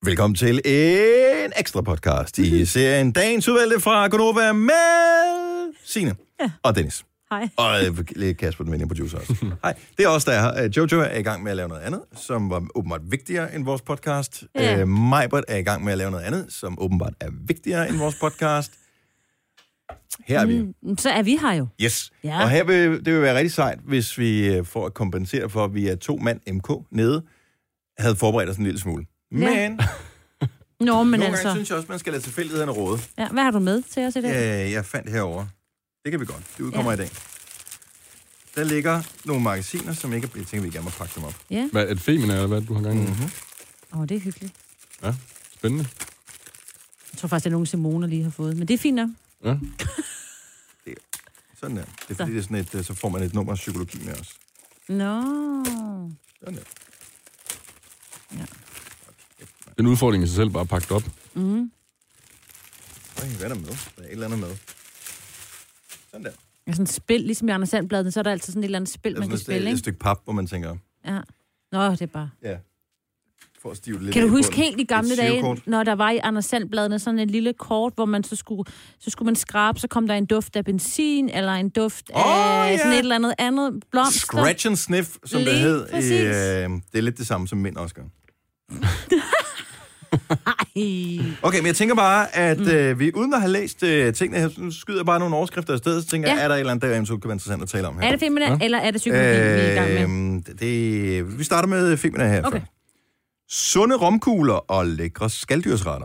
Velkommen til en ekstra podcast i serien Dagens Udvalgte fra Gonova med Signe og Dennis. Hej. Og Kasper, den venlige producer også. Hej. Det er også der her. Jojo er i gang med at lave noget andet, som var åbenbart vigtigere end vores podcast. Ja. Majbert er i gang med at lave noget andet, som åbenbart er vigtigere end vores podcast. Her er vi. Så er vi her jo. Yes. Ja. Og her vil det være rigtig sejt, hvis vi får at kompensere for, at vi er 2 mand MK nede, havde forberedt os en lille smule. Men Nå, men nogle altså. gange synes jeg også, man skal lade tilfældighederne råde. Ja, hvad har du med til os i dag? Jeg fandt herover. Det kan vi godt. Det udkommer i dag. Der ligger nogle magasiner, som ikke er... Jeg tænker, vi gerne må pakke dem op. Ja. Hvad, er det Femina, eller hvad du har gang i? Det er hyggeligt. Ja, spændende. Jeg tror faktisk, det er nogen Simone lige har fået. Men det er fint nok. Ja. Sådan der. Det er fordi, det er sådan et, så får man et nummer af psykologi med os. Nå. Sådan der. Ja. En udfordring i sig selv, bare pakket op. Mm. Hvad er der med? Der er et eller andet med. Sådan der. Ja, sådan et spil, ligesom i Anders Sandbladet, så er der altid sådan et eller andet spil, man kan spille, et ikke? stykke pap, hvor man tænker... Ja. Nå, det er bare... Ja. For at stive lidt Kan du af på huske den. helt i gamle Et dage, sivkort. når der var i Anders Sandbladene sådan et lille kort, hvor man så skulle man skrabe, så kom der en duft af benzin, eller en duft af sådan et eller andet blomster. Scratch and sniff, som det Lige hed. præcis. Det er lidt det samme, som mænd også gør. Ej. Okay, men jeg tænker bare, at vi uden at have læst tingene her, så skyder jeg bare nogle overskrifter i stedet, så tænker jeg, er der et eller andet, der eventuelt kan være interessant at tale om her? Er det Femina, eller er det psykologi, vi er i gang med? Vi starter med Femina her. Okay. Sunde romkugler og lækre skalddyrsretter.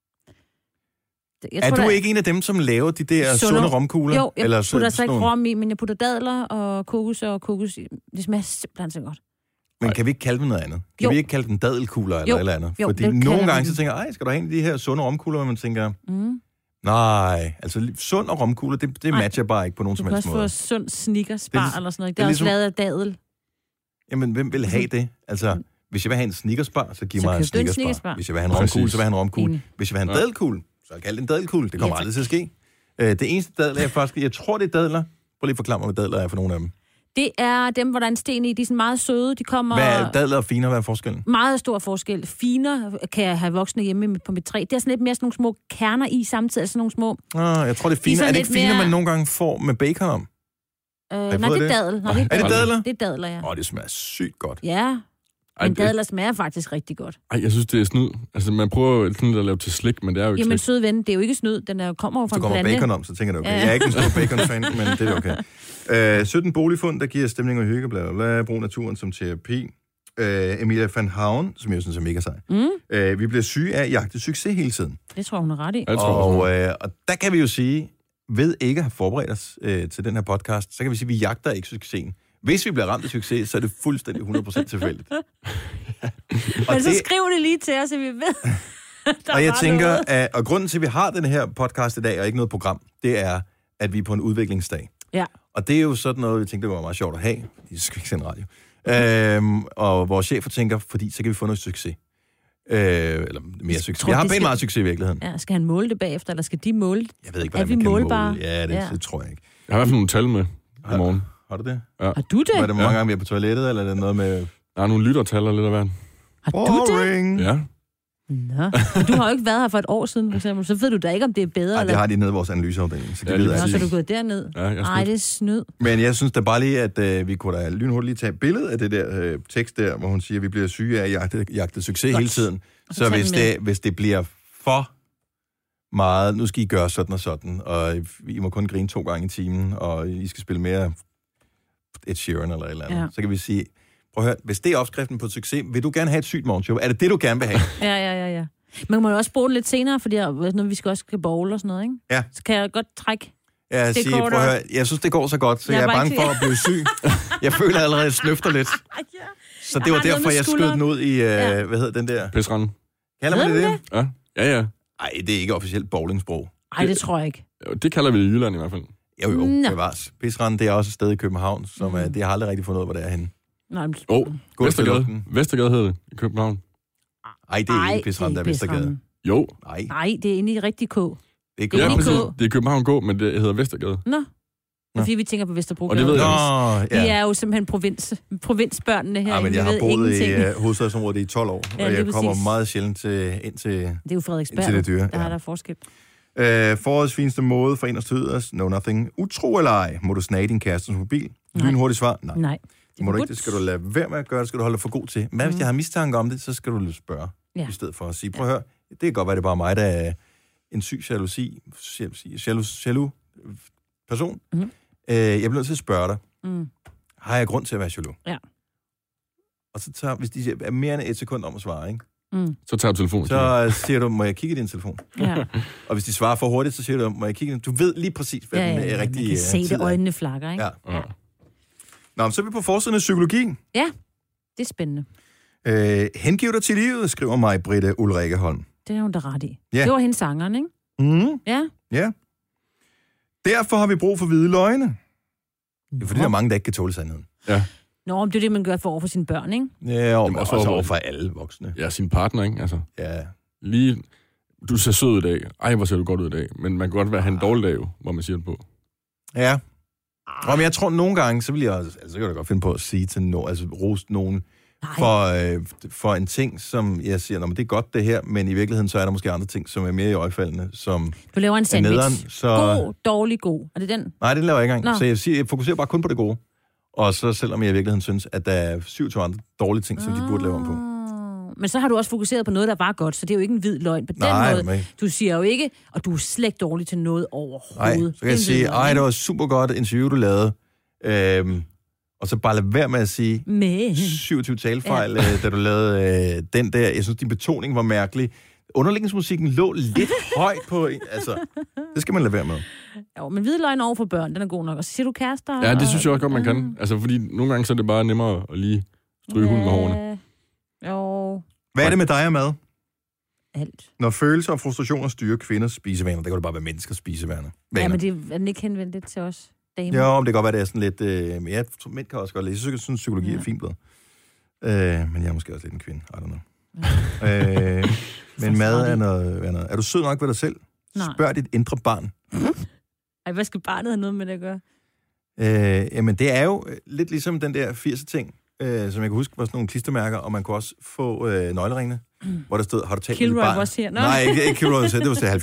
Er du ikke en af dem, som laver de der sunde romkugler? Jo, jeg eller putter så ikke nogle... rom i, men jeg putter dadler og kokos i. Det smager simpelthen så godt. Men kan vi ikke kalde dem noget andet? Kan vi ikke kalde dem dadelkugler eller et eller andet? Jo, fordi det nogle kalder gange vi så tænker jeg, skal du have en af de her sunde romkugler, hvor man tænker, nej, altså sund og romkugler, det matcher bare ikke på nogen som helst måde. Du kan også få sund Snickers-bar eller sådan noget. Det er ligesom... også lavet af dadel. Jamen, hvem vil have det? Altså, hvis jeg vil have en Snickers-bar, så giv mig en Snickers-bar. Hvis jeg vil have en romkugle, så vil jeg have en romkugle. Hvis jeg vil have en dadelkugle, så kald det en dadelkugle. Det kommer aldrig til at ske. Det eneste dadler, jeg tror, det er dadler. Prøv lige at forklare mig, hvad dadler er for nogle af dem. Det er dem, hvor der er en sten i. De er sådan meget søde. De kommer... Hvad er dadler og finer? Hvad er forskellen? Meget stor forskel. Finer kan jeg have voksne hjemme på mit træ. Det er sådan lidt mere sådan nogle små kerner i samtidig. Altså sådan nogle små... Jeg tror, det er finer. Er det ikke finer, man nogle gange får med bacon om? Nej, det er dadel. Er det dadler? Det er dadler, ja. Det smager sygt godt. Ja, men dadler smager faktisk rigtig godt. Ej, jeg synes, det er snyd. Altså, man prøver sådan lidt at lave til slik, men det er jo ikke Jamen, slik. søde ven, det er jo ikke snyd. Den kommer jo fra en plante. Så kommer bacon om, så tænker jeg, okay. Jeg er ikke en stor bacon-fan, men det er okay. 17 boligfund, der giver stemning og hygge, bla bla bla. Brug naturen som terapi. Emilia van Havn, som jeg synes er mega sej. Vi bliver syge af at jagte succes hele tiden. Det tror hun er ret i. Og der kan vi jo sige, ved ikke at have forberedt os til den her podcast, så kan vi sige, at vi jagter ikke succesen. Hvis vi bliver ramt af succes, så er det fuldstændig 100% tilfældigt. Men så skriv det lige til os, så vi ved, og jeg tænker, og grunden til, at vi har den her podcast i dag, og ikke noget program, det er, at vi er på en udviklingsdag. Ja. Og det er jo sådan noget, vi tænkte, det var meget sjovt at have, fordi så skal vi ikke sende radio. Og vores chefer tænker, fordi så kan vi få noget succes. Eller mere succes. Vi har pænt meget succes i virkeligheden. Ja, skal han måle det bagefter, eller skal de måle det? Jeg ved ikke, hvordan man kan måle. Ja, det tror jeg ikke. Jeg har i hvert fald nogle tal med i morgen. Har du det? Ja. Har du det? Var det mange gange, vi er på toilettet, eller er det noget med... Der er nogle lyttertal og lidt af hvert. Har du det? Ja. Nå, men du har jo ikke været her for et år siden, for eksempel. Så ved du da ikke, om det er bedre. Nej, det har de nede i vores analyseafdeling. Så, de ved, så er du gået derned. Ja, nej, det er snyd. Men jeg synes da bare lige, at vi kunne da lynhurtigt lige tage et billede af det der tekst der, hvor hun siger, at vi bliver syge af at jagte succes hele tiden. Så hvis det bliver for meget, nu skal I gøre sådan og sådan, og I må kun grine 2 gange i timen, og I skal spille mere Ed Sheeran eller et eller andet, så kan vi sige... Prøv at høre, hvis det er opskriften på succes, vil du gerne have et sygt morgenshow? Er det det, du gerne vil have? Ja. Man må jo også bruge det lidt senere, fordi når vi skal også skal bowle og sådan noget, ikke? Ja. Så kan jeg godt trække det prøv at høre, jeg synes, det går så godt, så jeg er bange for at blive syg. Jeg føler allerede, at jeg snøfter lidt. Så det var derfor, jeg skød den ud i, hvad hedder den der? Pisranden. Kalder man det? Ja. Ej, det er ikke officielt bowlingsprog. Ej, det tror jeg ikke. Det kalder vi det i Jylland i hvert fald. Jo, det var. Pisranden, det er også et sted i København, som det har aldrig rigtig fundet ud af, hvor det er henne. Vestergade hedder det i København. Ej, det er ikke Pisranden, der er Vestergade. Jo. Nej, det er inde i rigtig K. Det er København K. Det er København K, men det hedder Vestergade. Nå. Det er fordi, vi tænker på Vesterbro. Og det ved jeg. Vi er jo simpelthen provinsbørnene her. Ja, men jeg har boet ingenting. i hovedstadsområdet i 12 år, Ja, og jeg kommer præcis. meget sjældent ind til... Det er jo Frederiksberg. Indtil det dyre, Der er der forskel. Forårets fineste måde for en at støde os. No nothing. Utro eller ej? Må du snage din kærestes mobil? Lynhurtigt svar? Nej. Det må du ikke. Det skal du lade være med at gøre. Det skal du holde dig for god til. Men hvis jeg har mistanke om det, så skal du spørge. I stedet for at sige, prøv at høre, det kan godt være, det er bare mig, der er en syg jaloux person. Mm-hmm. Jeg bliver nødt til at spørge dig. Har jeg grund til at være jaloux? Ja. Og så tager, hvis de er mere end et sekund om at svare, ikke? Så tager du telefonen. Så siger du, må jeg kigge i din telefon? Ja. Og hvis de svarer for hurtigt, så siger du, må jeg kigge i din? Du ved lige præcis, hvad den er rigtige man kan se det, øjnene flakker, ikke? Ja. Nå, så er vi på forsiden af psykologi. Ja, det er spændende. Hengiv dig til livet, skriver mig Britte Ulrike Holm. Det er hun da ret i. Ja. Det var hendes sangeren, ikke? Ja. Derfor har vi brug for hvide løgne. Det er fordi, der er mange, der ikke kan tåle sandheden. Ja. Nå, men det er det, man gør for over for sine børn, ikke? Ja, og også over for alle voksne. Ja, sin partner, ikke? Altså, ja. Lige, du ser sød i dag. Ej, hvor ser du godt ud i dag. Men man kan godt have en dårlig dag, hvor man siger det på. Ja. Men jeg tror, nogle gange, så vil jeg også, altså, så kan jeg godt finde på at sige til nogen, altså rose nogen for en ting, som jeg siger, men det er godt det her, men i virkeligheden, så er der måske andre ting, som er mere i øjefaldende, som du laver en sandwich. Nederen, så... God, dårlig, god. Er det den? Nej, den laver jeg ikke engang. Så jeg fokuserer bare kun på det gode. Og så selvom jeg i virkeligheden synes, at der er 27 andre dårlige ting, som de burde lave om på. Men så har du også fokuseret på noget, der var godt, så det er jo ikke en hvid løgn på den måde. Men... Du siger jo ikke, og du er slet ikke dårlig til noget overhovedet. Nej, så kan jeg sige, det var super godt interview, du lavede. Og så bare lade være med at sige 27 talefejl, da du lavede den der. Jeg synes, din betoning var mærkelig. Underlægningsmusikken lå lidt højt på en. Altså, det skal man lade være med. Jo, men hvide løgn over for børn, den er god nok. Og så siger du kærester. Ja, det synes jeg også godt, man kan. Altså, fordi nogle gange så er det bare nemmere at lige stryge hunden med hårene. Jo. Hvad er det med dig og mad? Alt. Når følelser og frustrationer styrer kvinders spisevaner, der kan det bare være menneskers spisevaner. Ja, men det er den ikke henvendt lidt til os damer. Jo, men det kan godt være, det er sådan lidt... men jeg tror, mænd kan også godt læse. Jeg synes, psykologi er fint blevet. Men jeg er måske også lidt en kvinde. I don't know. Men mad er noget... Er du sød nok ved dig selv? Nej. Spørg dit indre barn. Ej, hvad skal barnet have noget med det at gøre? Jamen, det er jo lidt ligesom den der 80'er-ting, som jeg kan huske var sådan nogle klistermærker, og man kunne også få nøgleringene, hvor der stod, har du talt med dit barn? Her. Nej, ikke Kilroy was her, det var til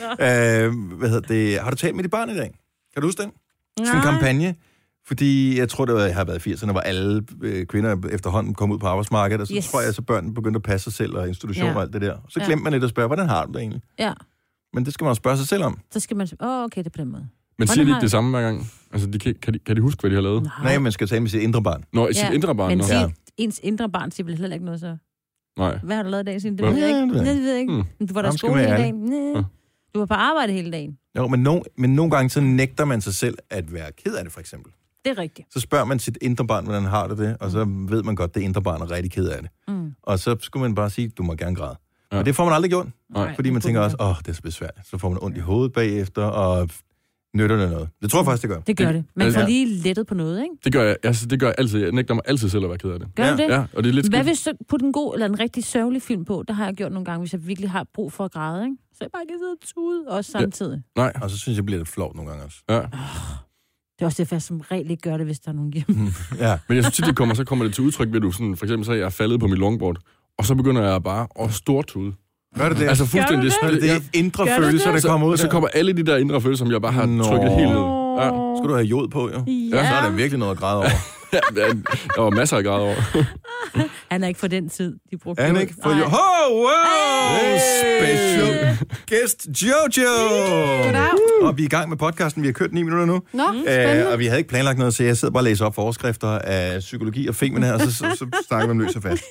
70'erne. Har du talt med dit barn i dag? Kan du huske den? Sådan en kampagne. Fordi jeg tror, det har været i 80'erne, hvor alle kvinder efterhånden kom ud på arbejdsmarkedet, og så tror jeg, at børnene begyndte at passe sig selv og institutioner og alt det der. Så glemte man lidt at spørge, hvordan har du det egentlig? Ja. Men det skal man også spørge sig selv om. Så skal man sige, okay, det er på den måde. Men siger de ikke det samme hver gang? Altså, kan de huske, hvad de har lavet? Nej, man skal tale med sit indre barn. Nå, sit indre barn? Men ens indre barn siger vel heller ikke noget så... Nej. Hvad har du lavet i dag? Det ved jeg ikke. Det ved jeg ikke. Du var der i skole hele dagen. Du var på arbejde hele dagen. Jo, men nogle gange så nægter man sig selv at være ked af det, for eksempel. Det er rigtigt. Så spørger man sit indre barn, hvordan har det, og så ved man godt, at det indre barn er rigtig ked af det. Og så skulle man bare sige, du må gerne græde. Ja. Og det får man aldrig gjort, fordi man tænker også, det er så besværligt. Så får man ondt i hovedet bagefter, og nytter det noget. Det tror jeg faktisk, det gør. Det gør det. Man får lige lettet på noget, ikke? Det gør jeg. Altså, det gør jeg altid. Jeg nægter mig altid selv at være ked af det. Gør du det? Ja, og det er lidt hvad hvis så putte en god eller en rigtig sørgelig film på? Der har jeg gjort nogle gange, hvis jeg virkelig har brug for at græde, ikke? Så jeg bare kan sidde og tude også samtidig. Ja. Nej. Og så synes jeg, bliver det flovt nogle gange også. Ja. Det er også det, jeg som regel ikke gør det, hvis der er nogen hjemme. Ja. Men jeg synes tit, så kommer det til udtryk ved, du sådan, for eksempel så er jeg faldet på mit longboard, og så begynder jeg bare at stortude. Gør det det? Altså fuldstændig det er indre følelser, der kommer ud. Og så kommer alle de der indre følelser, som jeg bare har trykket helt ned. Ja. Skal du have jod på, jo? Ja. Så er der virkelig noget at græde over. Der var masser af græde over. Han er ikke for den tid, de brugte. Han er ikke for jod. Wow! Special guest Jojo! Goddag. Og vi er i gang med podcasten. Vi har kørt 9 minutter nu. Nå, spændende. Og vi havde ikke planlagt noget, så jeg sidder bare og læser op for overskrifter af psykologi og femina, og så snakker vi om løs og fast.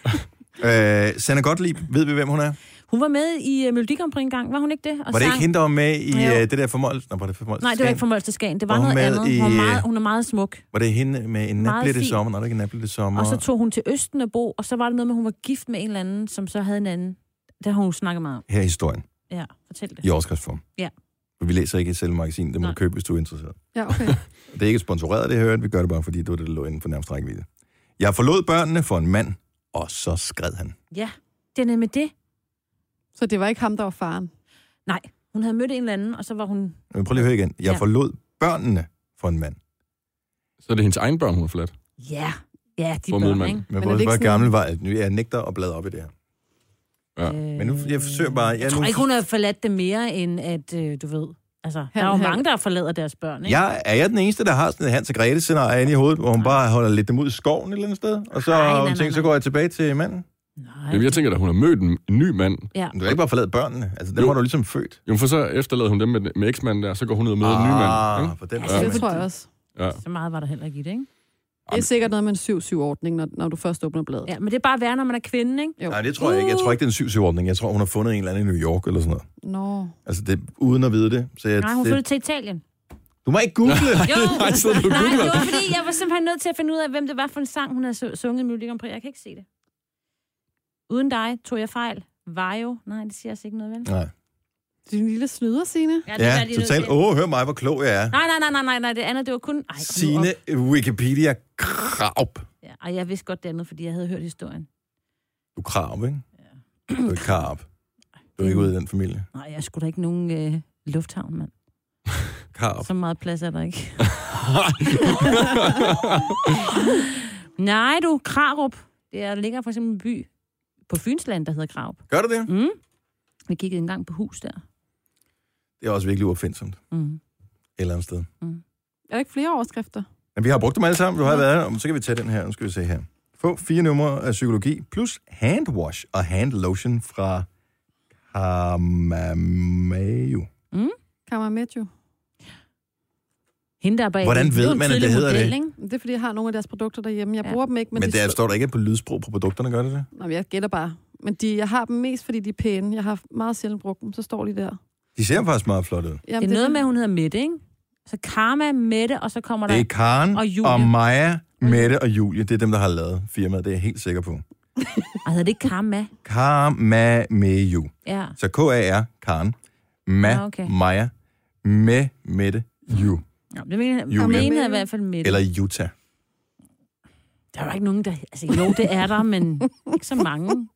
Sanne Gottlieb, ved vi, hvem hun er? Hun var med i Melodi Grand Prix en gang, var hun ikke det? Og var det ikke hende, der var med i det der formål? Nej, det var ikke formål til Skagen. Det var noget andet. Hun er meget smuk. Var det hende med en naplet i sommer? Nej, det er ikke en naplet i sommer. Og så tog hun til Østenebo, og så var det noget med, at hun var gift med en eller anden, som så havde en anden. Det har hun snakket meget om. Her er historien. Ja, fortæl det. I overskriftsform. Ja. Vi læser ikke i selve magasin. Det må du købe, hvis du er interesseret. Ja, okay. Det er ikke sponsoreret, det hørt. Vi gør det bare, fordi det var det, der lå inden for nærmest rækkevidde. Jeg forlod børnene for en mand, og så skred han. Ja, det er nemlig det. Så det var ikke ham, der var faren? Nej, hun havde mødt en eller anden, og så var hun... Prøv lige at høre igen. Jeg forlod børnene for en mand. Så er det hendes egen børn, hun har forladt. Ja, de For børn, medmand. ikke? Men er det ikke hvor sådan- gammel var jeg? Jeg nægter at bladre op i det her. Ja. Men nu, jeg forsøger bare... Jeg tror ikke, hun har forladt det mere, end at, du ved... Altså, der er jo mange, der forlader deres børn, ikke? Er jeg den eneste, der har sådan et Hans og Grete-scenarie inde i hovedet, hvor hun bare holder lidt dem ud i skoven et eller andet sted, og så Nej. så går jeg tilbage til manden? Nej. Jamen, jeg tænker, at hun har mødt en ny mand. Ja. Du kan ikke bare forlade børnene. Altså, dem har du ligesom født. Jo, for så efterlader hun dem med eksmanden der, så går hun ud og møder en ny mand. Ikke? For den Altså, måde. Det tror jeg også. Ja. Så meget var der heller ikke i det, ikke? Det er sikkert noget med en 7-7-ordning, når du først åbner bladet. Ja, men det er bare værre, når man er kvinde, ikke? Jo. Nej, det tror jeg ikke. Jeg tror ikke, det er en 7-7-ordning. Jeg tror, hun har fundet en eller anden i New York eller sådan noget. Nå. Altså, det uden at vide det. Så Nej, hun flyttede til Italien. Du må ikke google. Jo, Nej, så du nej, googler. det var fordi, jeg var simpelthen nødt til at finde ud af, hvem det var for en sang, hun havde sunget i Melodi Grand Prix. Jeg kan ikke se det. Uden dig tog jeg fejl. Vajo. Nej, det siger altså ikke noget, vel? Nej. Du er en lille snyder, Signe. Ja, totalt. Hør mig, hvor klog jeg er. Nej, det andet, det var kun... Ej, Signe Wikipedia Kraup. Ja, og jeg vidste godt det andet, fordi jeg havde hørt historien. Du er Kraup, ikke? Ja. Du er Kraup. Du er ikke ude i den familie. Nej, jeg skulle da ikke nogen lufthavn, mand. Kraup. Så meget plads er der ikke. Nej, du, Krarup. Der ligger for eksempel en by på Fynsland, der hedder Krarup. Gør du det? Mm. Vi kiggede engang på hus der. Det er også virkelig uopfindsomt. Mm. Et eller andet sted. Er der ikke flere overskrifter? Men vi har brugt dem alle sammen. Du har været her, og så kan vi tage den her. Nu skal vi se her. Få 4 numre af psykologi, plus handwash og handlotion fra Kamamayo. Kamamayo. Hende der bag. Hvordan det er ved jo en man, at det tydelig hedder model, det? ikke? Det er, fordi jeg har nogle af deres produkter derhjemme. Jeg bruger dem ikke, Men de det står der ikke på lydsprog på produkterne, gør det det? Nå, jeg gætter bare. Men jeg har dem mest, fordi de er pæne. Jeg har meget sjældent brugt dem, så står de der. De ser faktisk meget flot ud. Jamen, Det er noget med, at hun hedder Mette, ikke? Så Karma, Mette, og så kommer der... Det er Karen og Julie. og Maja, Mette og Julie. Det er dem, der har lavet firmaet. Det er jeg helt sikker på. Ej, hedder det ikke Karma? Kamamayo. Ja. Så K-A-R, Karen, Okay. Maja, Mette, Ju. Ja, det mener Julie. jeg. Den ene er i hvert fald Mette. Eller Utah. Der er jo ikke nogen, der... Altså, jo, det er der, men ikke så mange.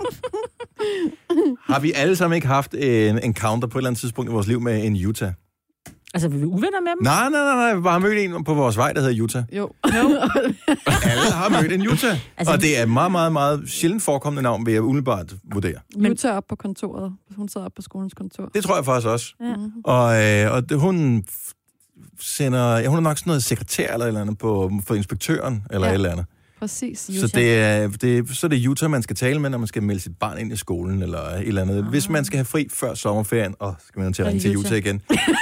Har vi alle sammen ikke haft en encounter på et eller andet tidspunkt i vores liv med en Utah? Altså, vi er uvenner med dem? Nej. Vi bare har mødt en på vores vej, der hedder Utah. Jo. Alle har mødt en Utah. Altså, Og det er et meget, meget, meget sjældent forekommende navn, vil jeg umiddelbart vurdere. Men hun tager op på kontoret. Hun sidder op på skolens kontor. Det tror jeg faktisk også. Ja. Hun sender... Ja, hun er nok sådan noget sekretær eller et eller andet for inspektøren, eller et eller andet. Præcis. Så så er det Utah, man skal tale med, når man skal melde sit barn ind i skolen, eller et eller andet. Hvis man skal have fri før sommerferien, skal man til at ringe til Utah igen.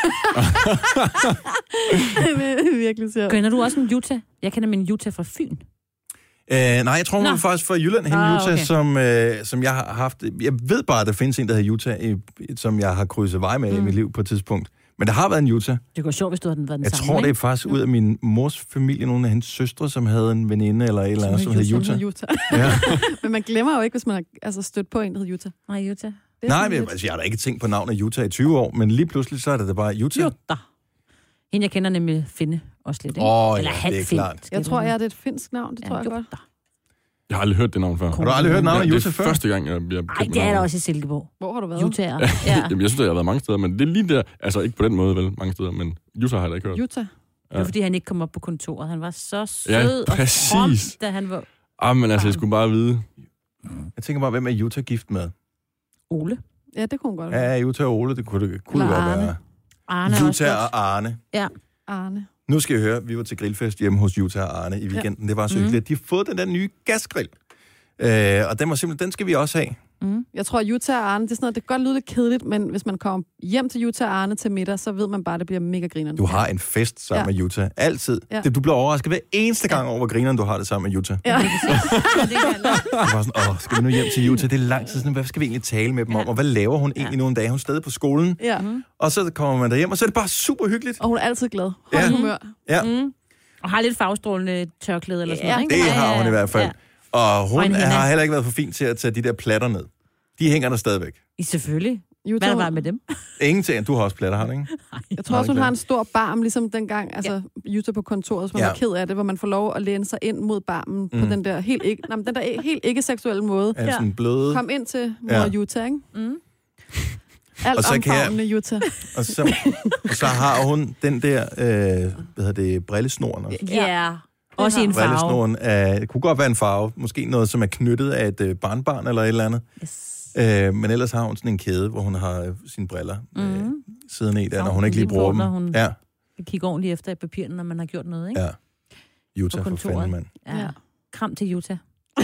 Virkelig sjovt. Kender du også en Utah? Jeg kender min Utah fra Fyn. Nej, jeg tror, hun var faktisk fra Jylland, hende Utah, okay. som jeg har haft... Jeg ved bare, at der findes en, der hedder Utah, som jeg har krydset vej med i mit liv på et tidspunkt. Men der har været en Utah. Det går sjovt, hvis du havde været den Jeg samme, tror, det er ikke? faktisk ud af min mors familie, nogle af hendes søstre, som havde en veninde eller et eller andet, som hed Utah. Ja. Men man glemmer jo ikke, hvis man har stødt på en, der hedder Utah. Nej, Utah. Det er Nej, sådan men, lidt- altså, jeg har da ikke tænkt på navnet Utah i 20 år, men lige pludselig så er det da bare Utah. Utah. Hende, jeg kender nemlig Finde også lidt, ikke? Åh, Eller ja, halv det er Finn, klart. skal Jeg tror, være. er det et finsk navn. Det tror jeg godt. Jeg har aldrig hørt det navn før. Har du aldrig hørt navnet Det Utah er før? første gang, jeg bliver Ej, det er der også i Silkeborg. Hvor har du været? Utah. Ja. Jamen, jeg synes, at jeg har været mange steder, men det er lige der, altså ikke på den måde, vel, mange steder, men Utah har jeg da ikke hørt. Utah. Det var, fordi han ikke kom op på kontoret. Han var så sød Ja, og præcis. from, da han var Men altså, jeg skulle bare vide. Jeg tænker bare, hvem er Utah gift med? Ole. Ja, det kunne hun godt være. Ja, Utah og Ole, det kunne Eller godt Arne. være. Arne er også Utah godt. og Arne. Ja. Arne. Nu skal I høre, vi var til grillfest hjemme hos Utah og Arne i weekenden. Det var så hyggeligt. De har fået den der nye gasgrill. Og den skal vi også have. Jeg tror, Utah og Arne, det er sådan noget, det kan godt lyde lidt kedeligt, men hvis man kommer hjem til Utah og Arne til middag, så ved man bare, at det bliver mega grineren. Du har en fest sammen med Utah. Altid. Ja. Du bliver overrasket hver eneste gang over, hvor grineren du har det sammen med Utah. Ja. Ja, det kan jeg. Du var sådan, skal vi nu hjem til Utah? Det er lang tid siden. Hvad skal vi egentlig tale med dem om? Og hvad laver hun egentlig nogle dage? Hun er stadig på skolen. Ja. Og så kommer man derhjem, og så er det bare super hyggeligt. Og hun er altid glad. Høj Ja. humør. Ja, Og har lidt farvestrålende tørklæde eller sådan Ja, noget, ikke? det har hun i hvert fald. Og hun Og en hende. har heller ikke været for fin til at tage de der platter ned. De hænger der stadigvæk. I selvfølgelig. Utah, Hvad er der var med dem? Ingenting. Du har også platter, har du ikke? jeg tror også, hun har en stor barm, ligesom dengang, altså Utah på kontoret, som man var ked af det, hvor man får lov at læne sig ind mod barmen på den der helt ikke seksuelle måde. Er sådan bløde. Kom ind til mor Utah, ikke? Alt Og så kan omfavnende Jutta. Og så har hun den der, brillesnoren også. Ja. Også i en farve. Brillesnoren det kunne godt være en farve. Måske noget, som er knyttet af et barnbarn eller et eller andet. Yes. Men ellers har hun sådan en kæde, hvor hun har sine briller siddende i der, når hun ikke lige bruger dem. Hun kan kigge ordentligt efter i papirerne, når man har gjort noget, ikke? Ja. Jutta for fanden, mand. Ja. Kram til Jutta.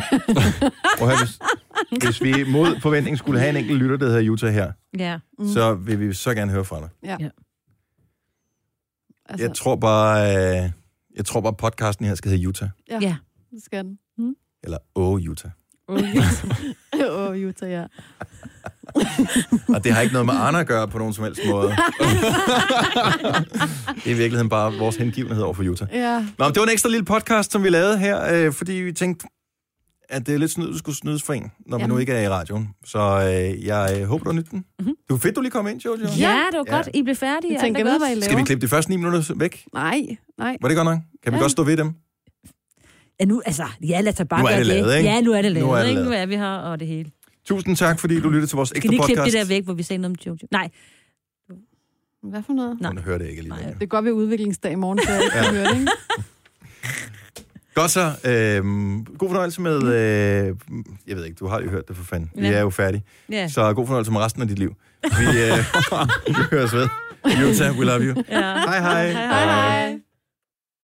Hvis vi mod forventning skulle have en enkelt lytter, der hedder Jutta her, så vil vi så gerne høre fra dig. Ja. Altså. Jeg tror bare podcasten her skal hedde Jutta. Ja, det skal den. Eller Jutta. Jutta, ja. Og det har ikke noget med Arne at gøre på nogen som helst måde. Det er i virkeligheden bare vores hengivenhed over for Jutta. Ja. Nå, det var en ekstra lille podcast, som vi lavede her, fordi vi tænkte, at det er lidt snyd, du skulle snydes for en, når vi nu ikke er i radioen. Så jeg håber, du har nydt den. Det var fedt, du lige kom ind, Jojo. Ja, det var godt. I blev færdige. Jeg tænker, hvad I laver. Skal vi klippe de første 9 minutter væk? Nej. Var det godt nok? Kan vi godt stå ved dem? Ja, nu, lad os bare nu er det lavet, ikke? Ja, nu er det lavet, ikke? Nu er vi her, og det hele. Tusind tak, fordi du lyttede til vores ekstra podcast. Skal lige klippe det der væk, hvor vi sagde noget om Jojo? Nej. Hvad for noget? Hun hører det ikke lige. Det er godt ved udviklingsdag i morgen, så jeg ikke kan høre det, ikke? Godt så. God fornøjelse med... jeg ved ikke, du har jo hørt det for fanden. Vi er jo færdige. Yeah. Så god fornøjelse med resten af dit liv. Vi høres ved. Jutta, we love you. Ja. Hej. Hej.